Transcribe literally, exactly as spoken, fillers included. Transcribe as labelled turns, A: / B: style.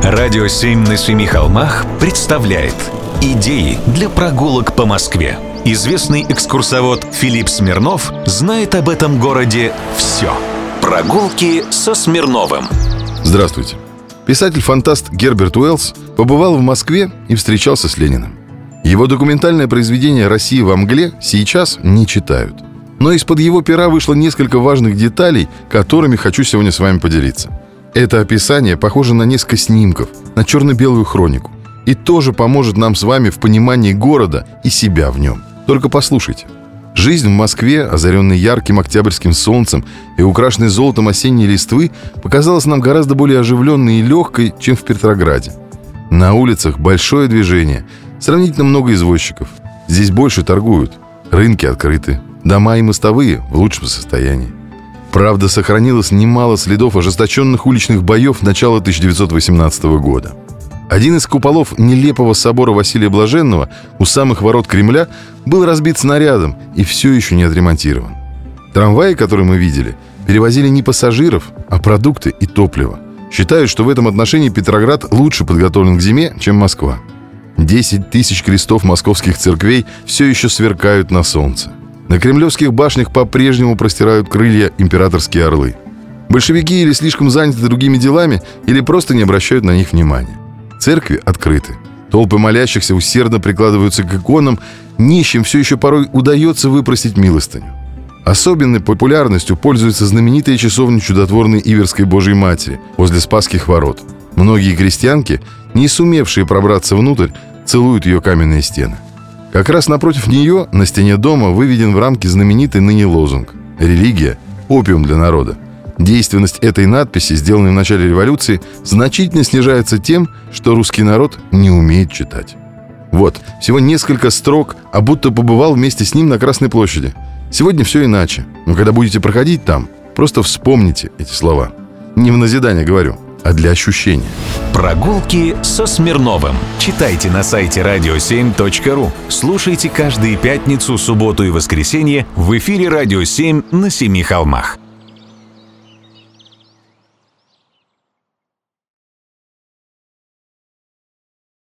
A: Радио семь на семи холмах представляет идеи для прогулок по Москве. Известный экскурсовод Филипп Смирнов знает об этом городе все. Прогулки со Смирновым.
B: Здравствуйте. Писатель-фантаст Герберт Уэллс побывал в Москве и встречался с Лениным. Его документальное произведение «Россия во мгле» сейчас не читают. Но из-под его пера вышло несколько важных деталей, которыми хочу сегодня с вами поделиться. Это описание похоже на несколько снимков, на черно-белую хронику. И тоже поможет нам с вами в понимании города и себя в нем. Только послушайте. Жизнь в Москве, озаренной ярким октябрьским солнцем и украшенной золотом осенней листвы, показалась нам гораздо более оживленной и легкой, чем в Петрограде. На улицах большое движение, сравнительно много извозчиков. Здесь больше торгуют, рынки открыты, дома и мостовые в лучшем состоянии. Правда, сохранилось немало следов ожесточенных уличных боев начала тысяча девятьсот восемнадцатого года. Один из куполов нелепого собора Василия Блаженного у самых ворот Кремля был разбит снарядом и все еще не отремонтирован. Трамваи, которые мы видели, перевозили не пассажиров, а продукты и топливо. Считают, что в этом отношении Петроград лучше подготовлен к зиме, чем Москва. Десять тысяч крестов московских церквей все еще сверкают на солнце. На кремлевских башнях по-прежнему простирают крылья императорские орлы. Большевики или слишком заняты другими делами, или просто не обращают на них внимания. Церкви открыты. Толпы молящихся усердно прикладываются к иконам. Нищим все еще порой удается выпросить милостыню. Особенной популярностью пользуется знаменитая часовня чудотворной Иверской Божьей Матери возле Спасских ворот. Многие крестьянки, не сумевшие пробраться внутрь, целуют ее каменные стены. Как раз напротив нее, на стене дома, выведен в рамки знаменитый ныне лозунг «Религия – опиум для народа». Действенность этой надписи, сделанной в начале революции, значительно снижается тем, что русский народ не умеет читать. Вот, всего несколько строк, а будто побывал вместе с ним на Красной площади. Сегодня все иначе, но когда будете проходить там, просто вспомните эти слова. Не в назидание говорю, а для ощущения.
A: Прогулки со Смирновым. Читайте на сайте радио семь точка ру. Слушайте каждые пятницу, субботу и воскресенье в эфире «Радио семь» на Семи холмах.